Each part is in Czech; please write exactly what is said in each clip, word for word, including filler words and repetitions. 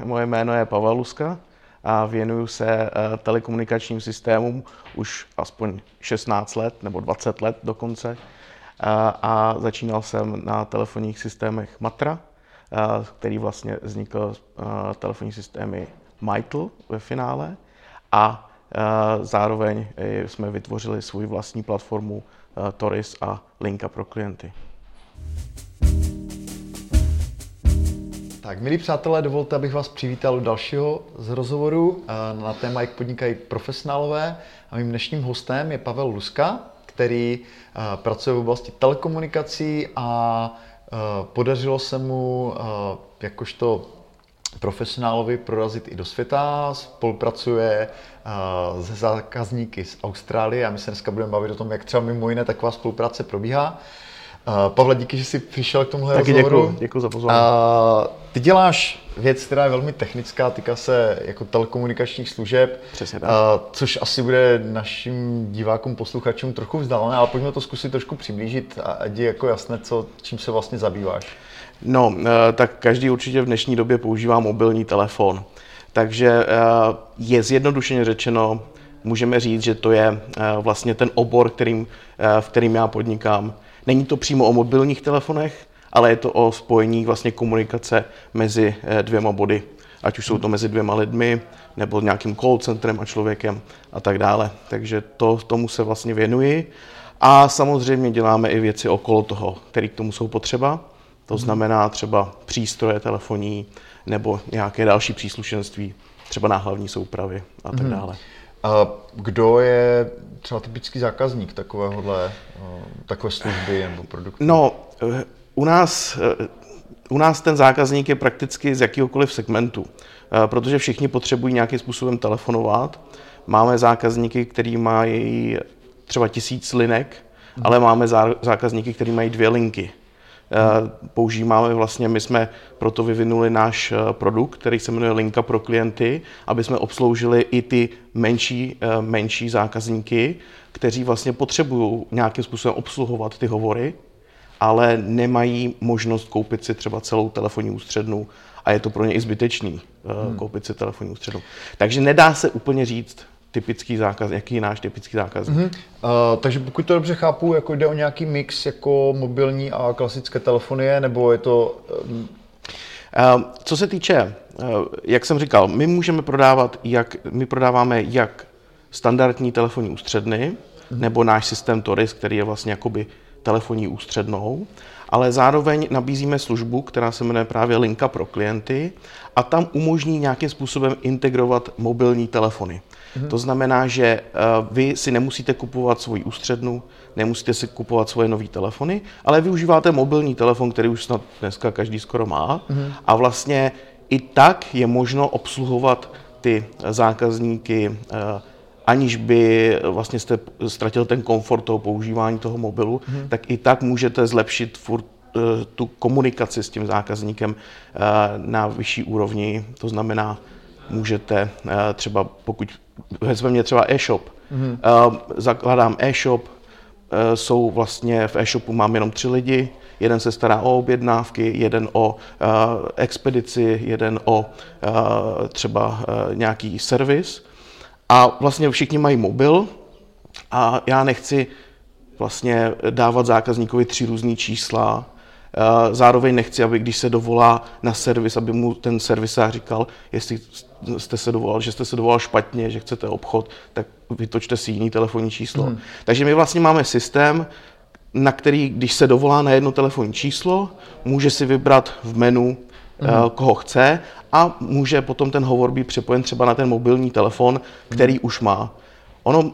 moje jméno je Pavel Luska a věnuju se telekomunikačním systémům už aspoň šestnáct let nebo dvacet let dokonce. A začínal jsem na telefonních systémech Matra, který vlastně vznikl telefonní systémy Mytel ve finále, a zároveň jsme vytvořili svou vlastní platformu Toris a Linka pro klienty. Tak, milí přátelé, dovolte, abych vás přivítal u dalšího z rozhovoru na téma, jak podnikají profesionálové. A mým dnešním hostem je Pavel Luska, který pracuje v oblasti telekomunikací a podařilo se mu jakožto profesionálovi prorazit i do světa, spolupracuje se zákazníky z Austrálie a my se dneska budeme bavit o tom, jak třeba mimo jiné taková spolupráce probíhá. Pavle, díky, že jsi přišel k tomuhle Taky rozhovoru. Děkuji, děkuji za pozvání. Ty děláš věc, která je velmi technická, týká se jako telekomunikačních služeb, Přesně tak. Což asi bude našim divákům, posluchačům trochu vzdálené, ale pojďme to zkusit trošku přiblížit a ať je jako jasné, co, čím se vlastně zabýváš. No, tak každý určitě v dnešní době používá mobilní telefon. Takže je zjednodušeně řečeno, můžeme říct, že to je vlastně ten obor, kterým, v kterým já podnikám. Není to přímo o mobilních telefonech, ale je to o spojení vlastně komunikace mezi dvěma body. Ať už jsou to mezi dvěma lidmi, nebo nějakým call centrem a člověkem a tak dále. Takže to, tomu se vlastně věnuji. A samozřejmě děláme i věci okolo toho, které k tomu jsou potřeba. To znamená třeba přístroje telefonní nebo nějaké další příslušenství, třeba náhlavní soupravy a tak dále. A kdo je třeba typický zákazník takovéhohle, takové služby nebo produktu? No, u nás, u nás ten zákazník je prakticky z jakýhokoliv segmentu, protože všichni potřebují nějakým způsobem telefonovat. Máme zákazníky, který mají třeba tisíc linek, hmm. ale máme zákazníky, který mají dvě linky. Používáme vlastně, my jsme proto vyvinuli náš produkt, který se jmenuje Linka pro klienty, aby jsme obsloužili i ty menší, menší zákazníky, kteří vlastně potřebují nějakým způsobem obsluhovat ty hovory, ale nemají možnost koupit si třeba celou telefonní ústřednu a je to pro ně i zbytečný hmm. koupit si telefonní ústřednu. Takže nedá se úplně říct, typický zákazník, jaký je náš typický zákazník. Mm-hmm. Uh, takže pokud to dobře chápu, jako jde o nějaký mix jako mobilní a klasické telefonie, nebo je to... Um... Uh, co se týče, uh, jak jsem říkal, my můžeme prodávat, jak, my prodáváme jak standardní telefonní ústředny, mm-hmm. nebo náš systém Toris, který je vlastně jakoby telefonní ústřednou, ale zároveň nabízíme službu, která se jmenuje právě Linka pro klienty a tam umožní nějakým způsobem integrovat mobilní telefony. Mm-hmm. To znamená, že uh, vy si nemusíte kupovat svoji ústřednu, nemusíte si kupovat svoje nové telefony, ale využíváte mobilní telefon, který už snad dneska každý skoro má. Mm-hmm. A vlastně i tak je možno obsluhovat ty zákazníky, uh, aniž by vlastně jste ztratil ten komfort toho používání toho mobilu, mm-hmm. tak i tak můžete zlepšit furt uh, tu komunikaci s tím zákazníkem uh, na vyšší úrovni. To znamená, můžete uh, třeba, pokud vezmeme třeba e-shop, mm-hmm. uh, zakladám e-shop, uh, jsou vlastně v e-shopu mám jenom tři lidi, jeden se stará o objednávky, jeden o uh, expedici, jeden o uh, třeba uh, nějaký servis a vlastně všichni mají mobil a já nechci vlastně dávat zákazníkovi tři různý čísla. Zároveň nechci, aby když se dovolá na servis, aby mu ten servisář říkal, jestli jste se dovolal, že jste se dovolal špatně, že chcete obchod, tak vytočte si jiný telefonní číslo. Hmm. Takže my vlastně máme systém, na který, když se dovolá na jedno telefonní číslo, může si vybrat v menu, hmm. koho chce a může potom ten hovor být připojen třeba na ten mobilní telefon, který hmm. už má. Ono,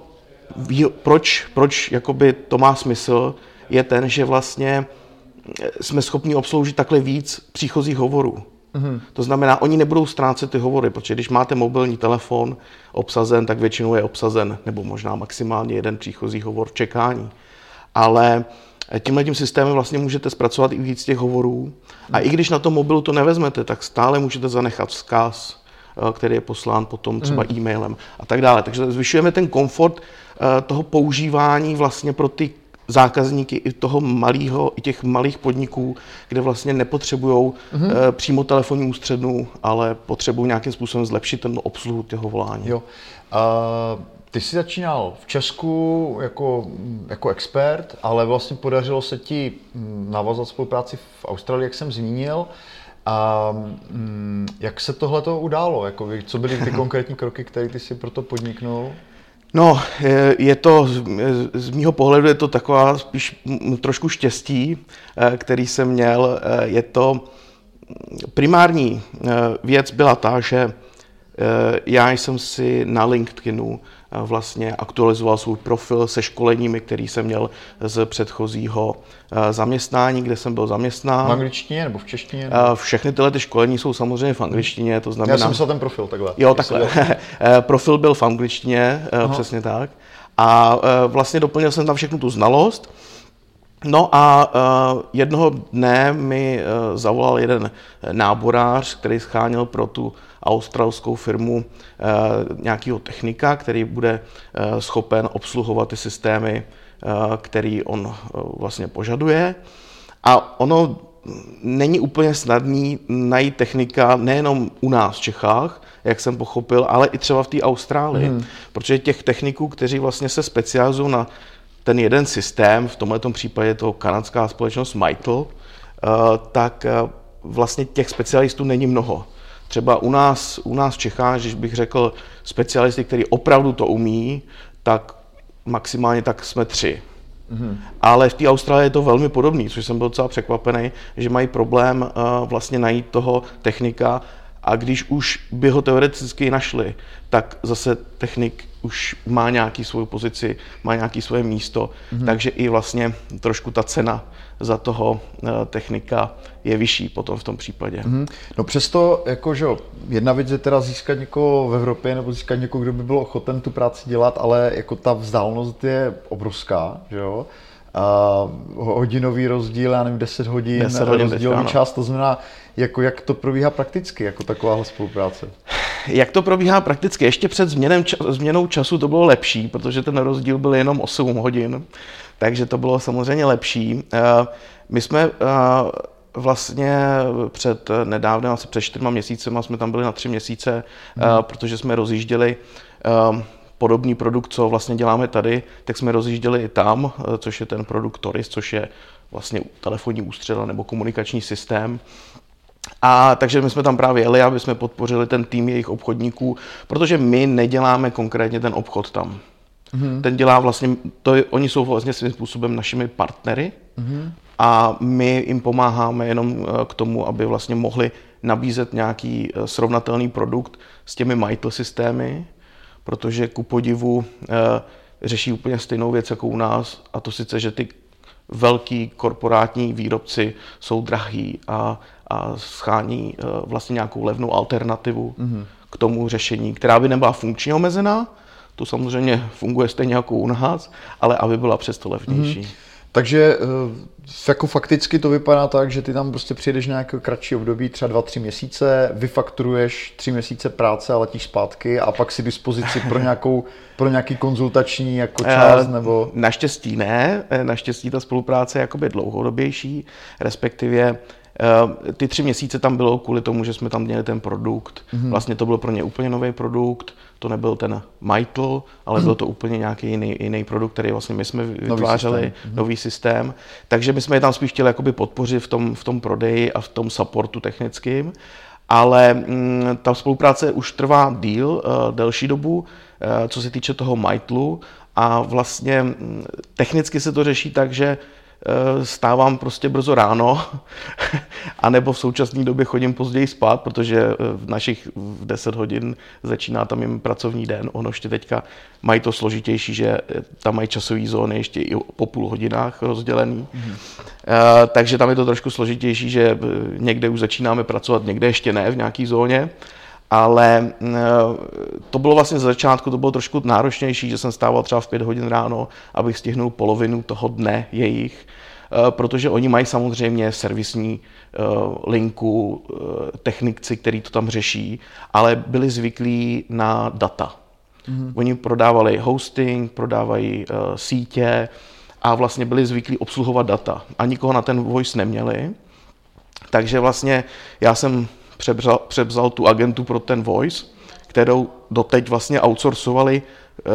proč, proč jakoby to má smysl, je ten, že vlastně jsme schopni obsloužit takhle víc příchozích hovorů. Mm-hmm. To znamená, oni nebudou ztrácet ty hovory, protože když máte mobilní telefon obsazen, tak většinou je obsazen, nebo možná maximálně jeden příchozí hovor v čekání. Ale tímhletím systémem vlastně můžete zpracovat i víc těch hovorů. A mm. i když na tom mobilu to nevezmete, tak stále můžete zanechat vzkaz, který je poslán potom třeba mm. e-mailem a tak dále. Takže zvyšujeme ten komfort toho používání vlastně pro ty zákazníky i toho malého, i těch malých podniků, kde vlastně nepotřebují mm-hmm. e, přímo telefonní ústřednu, ale potřebují nějakým způsobem zlepšit ten obsluhu těho volání. Jo. Uh... Ty jsi začínal v Česku jako, jako expert, ale vlastně podařilo se ti navázat spolupráci v Austrálii, jak jsem zmínil. A jak se tohleto událo? Jako, co byly ty konkrétní kroky, které ty si proto podniknul? No, je, je to, z mýho pohledu je to taková spíš trošku štěstí, který jsem měl. Je to, primární věc byla ta, že já jsem si na LinkedInu vlastně aktualizoval svůj profil se školeními, který jsem měl z předchozího zaměstnání, kde jsem byl zaměstnán. V angličtině nebo v češtině? Nebo? Všechny tyhle ty školení jsou samozřejmě v angličtině, to znamená... Já jsem myslel ten profil takhle. Jo, takhle. Profil byl v angličtině, aha, přesně tak. A vlastně doplnil jsem tam všechnu tu znalost. No a uh, jednoho dne mi uh, zavolal jeden náborář, který scháněl pro tu australskou firmu uh, nějakého technika, který bude uh, schopen obsluhovat ty systémy, uh, který on uh, vlastně požaduje. A ono není úplně snadný najít technika nejenom u nás v Čechách, jak jsem pochopil, ale i třeba v té Austrálii. Hmm. Protože těch techniků, kteří vlastně se specializují na ten jeden systém, v tomto případě to kanadská společnost Mitel, tak vlastně těch specialistů není mnoho. Třeba u nás, u nás v Čechách, když bych řekl specialisty, který opravdu to umí, tak maximálně tak jsme tři. Mm-hmm. Ale v té Austrálii je to velmi podobný, což jsem byl docela překvapený, že mají problém vlastně najít toho technika, a když už by ho teoreticky našli, tak zase technik už má nějaký svou pozici, má nějaký svoje místo, mm-hmm. takže i vlastně trošku ta cena za toho technika je vyšší potom v tom případě. Mm-hmm. No přesto, jakože jedna věc je teda získat někoho v Evropě nebo získat někoho, kdo by byl ochoten tu práci dělat, ale jako ta vzdálenost je obrovská, že jo? A hodinový rozdíl, já nevím, deset hodin, deset hodin rozdílový čas, to znamená, jako, jak to probíhá prakticky, jako takováhle spolupráce? Jak to probíhá prakticky? Ještě před změnem, změnou času to bylo lepší, protože ten rozdíl byl jenom osm hodin, takže to bylo samozřejmě lepší. My jsme vlastně před nedávnem, asi před čtyřma měsícema, jsme tam byli na tři měsíce, hmm. protože jsme rozjížděli podobný produkt, co vlastně děláme tady, tak jsme rozjížděli i tam, což je ten produkt Toris, což je vlastně telefonní ústředna nebo komunikační systém. A takže my jsme tam právě jeli, aby jsme podpořili ten tým jejich obchodníků, protože my neděláme konkrétně ten obchod tam. Mm-hmm. Ten dělá vlastně, to je, oni jsou vlastně svým způsobem našimi partnery mm-hmm. a my jim pomáháme jenom k tomu, aby vlastně mohli nabízet nějaký srovnatelný produkt s těmi Mitel systémy, protože ku podivu e, řeší úplně stejnou věc jako u nás, a to sice, že ty velký korporátní výrobci jsou drahý a, a schání e, vlastně nějakou levnou alternativu mm-hmm. k tomu řešení, která by nebyla funkčně omezená, to samozřejmě funguje stejně jako u nás, ale aby byla přesto levnější. Mm-hmm. Takže jako fakticky to vypadá tak, že ty tam prostě přijedeš nějaké kratší období, třeba dva, tři měsíce, vyfakturuješ tři měsíce práce a letíš zpátky a pak si dispozici pro, nějakou, pro nějaký konzultační jako čas, nebo... Naštěstí ne, naštěstí ta spolupráce je jakoby dlouhodobější, respektive ty tři měsíce tam bylo kvůli tomu, že jsme tam měli ten produkt. Mm-hmm. Vlastně to byl pro ně úplně nový produkt, to nebyl ten Mitel, ale byl to úplně nějaký jiný, jiný produkt, který vlastně my jsme vytvářeli, nový systém. nový systém. Takže my jsme je tam spíš chtěli jakoby podpořit v tom, v tom prodeji a v tom supportu technickým. Ale mm, ta spolupráce už trvá díl, uh, delší dobu, uh, co se týče toho Mitelu. A vlastně mm, technicky se to řeší tak, že stávám prostě brzo ráno, anebo v současné době chodím později spát, protože v našich v deset hodin začíná tam jim pracovní den. Ono ještě teďka mají to složitější, že tam mají časové zóny ještě i po půl hodinách rozdělený. Mm-hmm. Uh, takže tam je to trošku složitější, že někde už začínáme pracovat, někde ještě ne v nějaké zóně. Ale to bylo vlastně z začátku, to bylo trošku náročnější, že jsem stával třeba v pět hodin ráno, abych stihnul polovinu toho dne jejich, protože oni mají samozřejmě servisní linku, technici, který to tam řeší, ale byli zvyklí na data. Mm-hmm. Oni prodávali hosting, prodávají sítě a vlastně byli zvyklí obsluhovat data a nikoho na ten voice neměli. Takže vlastně já jsem převzal, převzal tu agentu pro ten voice, kterou doteď vlastně outsourcovali uh,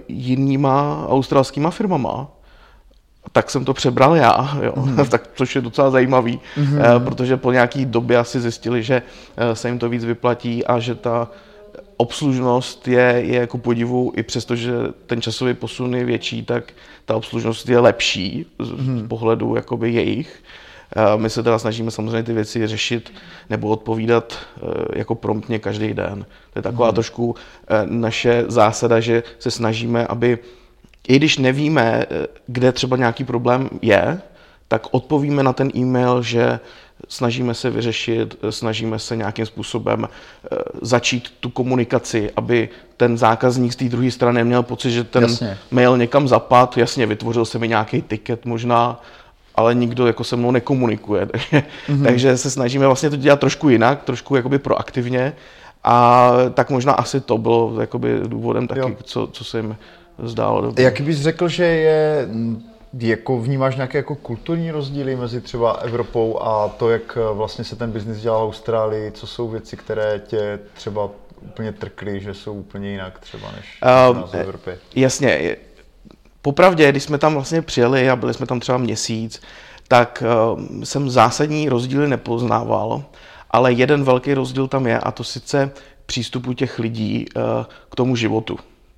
jinýma australskýma firmama. Tak jsem to přebral já, jo. Mm-hmm. tak, což je docela zajímavý, mm-hmm. uh, protože po nějaký době asi zjistili, že uh, se jim to víc vyplatí a že ta obslužnost je, je jako podivu, i přesto, že ten časový posun je větší, tak ta obslužnost je lepší z, mm-hmm. z pohledu jakoby jejich. My se teda snažíme samozřejmě ty věci řešit nebo odpovídat jako promptně každý den. To je taková mm. trošku naše zásada, že se snažíme, aby, i když nevíme, kde třeba nějaký problém je, tak odpovíme na ten e-mail, že snažíme se vyřešit, snažíme se nějakým způsobem začít tu komunikaci, aby ten zákazník z té druhé strany neměl pocit, že ten jasně. mail někam zapadl, jasně, vytvořil se mi nějaký ticket možná, ale nikdo jako se mnou nekomunikuje. Takže, mm-hmm. takže se snažíme vlastně to dělat trošku jinak, trošku jakoby proaktivně a tak možná asi to bylo jakoby důvodem taky, co, co se jim zdálo dobře. Jak bys řekl, že je, jako vnímáš nějaké jako kulturní rozdíly mezi třeba Evropou a to, jak vlastně se ten biznis dělá v Austrálii, co jsou věci, které tě třeba úplně trkly, že jsou úplně jinak třeba než uh, u nás v Evropě? Jasně. Popravdě, když jsme tam vlastně přijeli a byli jsme tam třeba měsíc, tak uh, jsem zásadní rozdíly nepoznával, ale jeden velký rozdíl tam je, a to sice přístupu těch lidí uh, k tomu životu.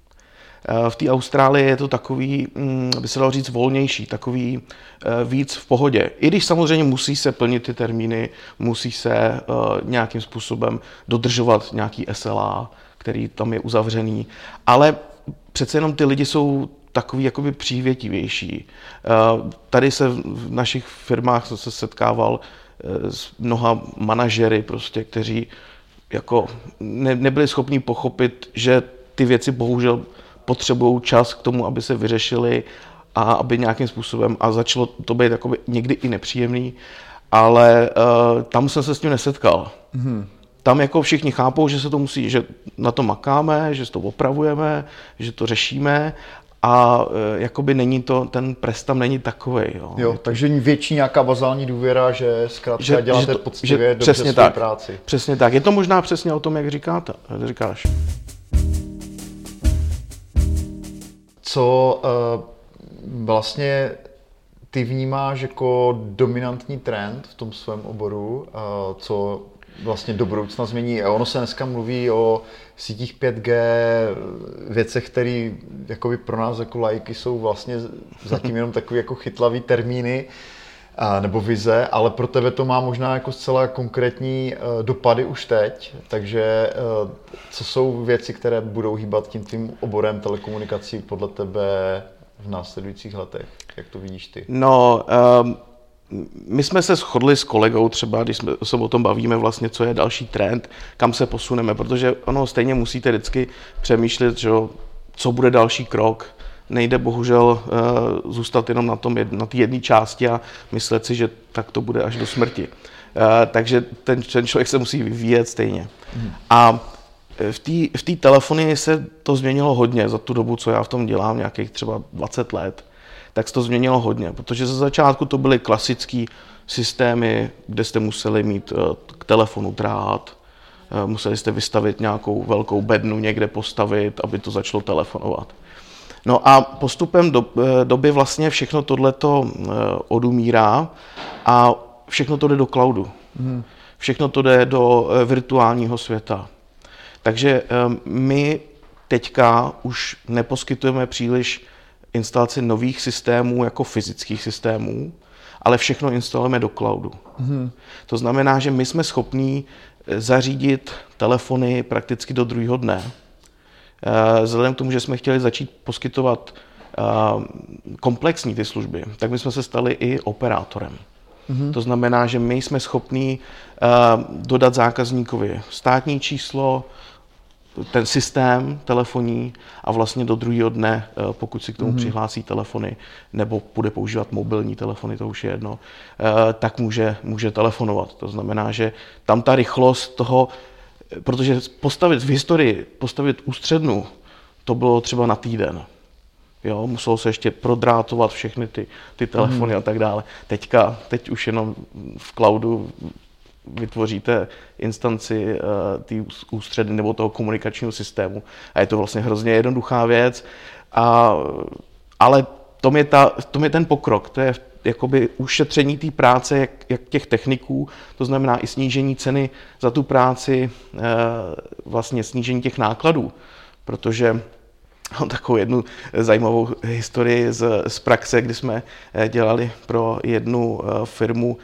Uh, v té Austrálii je to takový, um, by se dalo říct, volnější, takový uh, víc v pohodě. I když samozřejmě musí se plnit ty termíny, musí se uh, nějakým způsobem dodržovat nějaký S L A, který tam je uzavřený, ale přece jenom ty lidi jsou takový jakoby přívětivější. Tady se v našich firmách se setkával s mnoha manažery, prostě, kteří jako ne, nebyli schopni pochopit, že ty věci bohužel potřebují čas k tomu, aby se vyřešily a aby nějakým způsobem, a začalo to být jakoby někdy i nepříjemný, ale uh, tam jsem se s tím nesetkal. Mm-hmm. Tam jako všichni chápou, že se to musí, že na to makáme, že to opravujeme, že to řešíme, a e, jakoby není to, ten pres tam není takovej. Jo. Jo, takže větší nějaká bazální důvěra, že zkrátka že, děláte že to, poctivě, že dobře přesně svou tak, práci. Přesně tak. Je to možná přesně o tom, jak říkáte, říkáš. Co e, vlastně ty vnímáš jako dominantní trend v tom svém oboru, e, co vlastně do budoucna změní? Ono se dneska mluví o sítích pět G, věcech, které jakoby pro nás jako laiky jsou vlastně zatím jenom takový jako chytlavý termíny a, nebo vize, ale pro tebe to má možná jako zcela konkrétní uh, dopady už teď, takže uh, co jsou věci, které budou hýbat tím tvým oborem telekomunikací podle tebe v následujících letech? Jak to vidíš ty? No, um... my jsme se shodli s kolegou třeba, když jsme se o tom bavíme vlastně, co je další trend, kam se posuneme, protože ono stejně musíte vždycky přemýšlet, že co bude další krok. Nejde bohužel uh, zůstat jenom na tom na té jedné části a myslet si, že tak to bude až do smrti. Uh, takže ten, ten člověk se musí vyvíjet stejně. Hmm. A v té v té telefonii se to změnilo hodně za tu dobu, co já v tom dělám, nějakých třeba dvacet let. Tak se to změnilo hodně, protože ze začátku to byly klasické systémy, kde jste museli mít k telefonu drát, museli jste vystavit nějakou velkou bednu někde postavit, aby to začalo telefonovat. No a postupem do, doby vlastně všechno tohleto odumírá a všechno to jde do cloudu. Hmm. Všechno to jde do virtuálního světa. Takže my teďka už neposkytujeme příliš instalaci nových systémů jako fyzických systémů, ale všechno instalujeme do cloudu. Mm. To znamená, že my jsme schopní zařídit telefony prakticky do druhého dne. Vzhledem k tomu, že jsme chtěli začít poskytovat komplexní ty služby, tak my jsme se stali i operátorem. Mm. To znamená, že my jsme schopní dodat zákazníkovi státní číslo, ten systém telefonní a vlastně do druhého dne, pokud si k tomu mm-hmm. přihlásí telefony nebo bude používat mobilní telefony, to už je jedno, tak může, může telefonovat. To znamená, že tam ta rychlost toho, protože postavit v historii, postavit ústřednu, to bylo třeba na týden. Jo, muselo se ještě prodrátovat všechny ty, ty telefony hmm. a tak dále. Teďka, teď už jenom v cloudu vytvoříte instanci uh, té ústředy nebo toho komunikačního systému a je to vlastně hrozně jednoduchá věc. A, ale tom je, ta, tom je ten pokrok, to je jakoby ušetření té práce jak, jak těch techniků, to znamená i snížení ceny za tu práci, uh, vlastně snížení těch nákladů, protože mám takovou jednu zajímavou historii z, z praxe, kdy jsme dělali pro jednu firmu,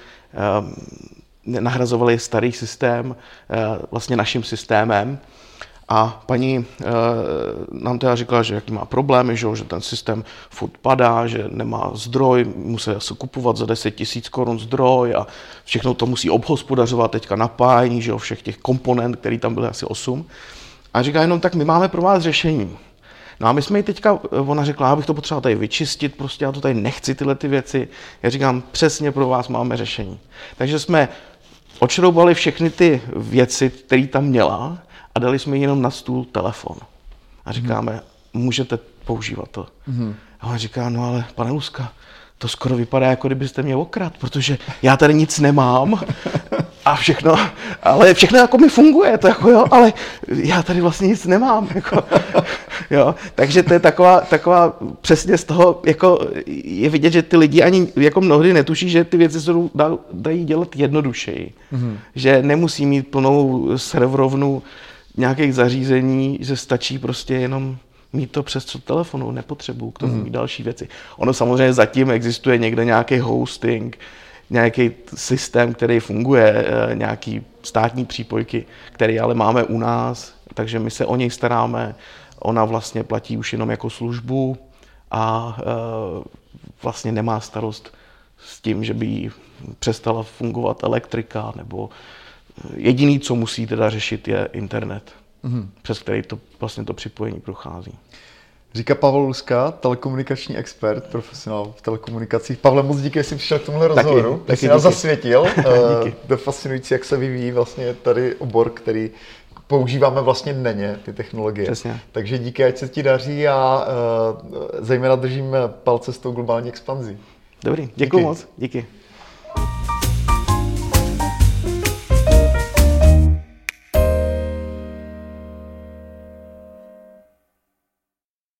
nahrazovali starý systém vlastně naším systémem a paní nám teda říkala, že jaký má problémy, že, že ten systém furt padá, že nemá zdroj, musí se kupovat za deset tisíc korun zdroj a všechno to musí obhospodařovat teďka napájení, že, všech těch komponent, který tam byly asi osm. A říká jenom, tak my máme pro vás řešení. No a my jsme jí teďka, ona řekla, já bych to potřeboval tady vyčistit, prostě já to tady nechci tyhle ty věci. Já říkám, přesně pro vás máme řešení. Takže jsme odšroubali všechny ty věci, které tam měla a dali jsme jí jenom na stůl telefon. A říkáme, můžete používat to. Mm-hmm. A ona říká, no ale pane Luska, to skoro vypadá, jako kdybyste mě okradl, protože já tady nic nemám a všechno, ale všechno jako mi funguje, to jako jo, ale já tady vlastně nic nemám, jako, jo. Takže to je taková, taková přesně z toho, jako je vidět, že ty lidi ani jako mnohdy netuší, že ty věci se dají dělat jednodušeji, mm-hmm. že nemusí mít plnou serverovnu nějakých zařízení, že stačí prostě jenom mít to přes telefonu, nepotřebuji k tomu mít další věci. Ono samozřejmě zatím existuje někde nějaký hosting, nějaký systém, který funguje, nějaký státní přípojky, který ale máme u nás, takže my se o něj staráme. Ona vlastně platí už jenom jako službu a e, vlastně nemá starost s tím, že by jí přestala fungovat elektrika, nebo jediný, co musí teda řešit, je internet, mm-hmm. přes který to vlastně to připojení prochází. Říká Pavel Luska, telekomunikační expert, profesionál v telekomunikacích. Pavle, moc díky, že jsi přišel k tomuhle rozhovoru. Taky, taky jsi nás zasvětil. Díky. To je fascinující, jak se vyvíjí vlastně tady obor, který používáme vlastně denně, ty technologie. Přesně. Takže díky, ať se ti daří a uh, zejména držíme palce s tou globální expanzí. Dobrý, děkuji moc. Díky.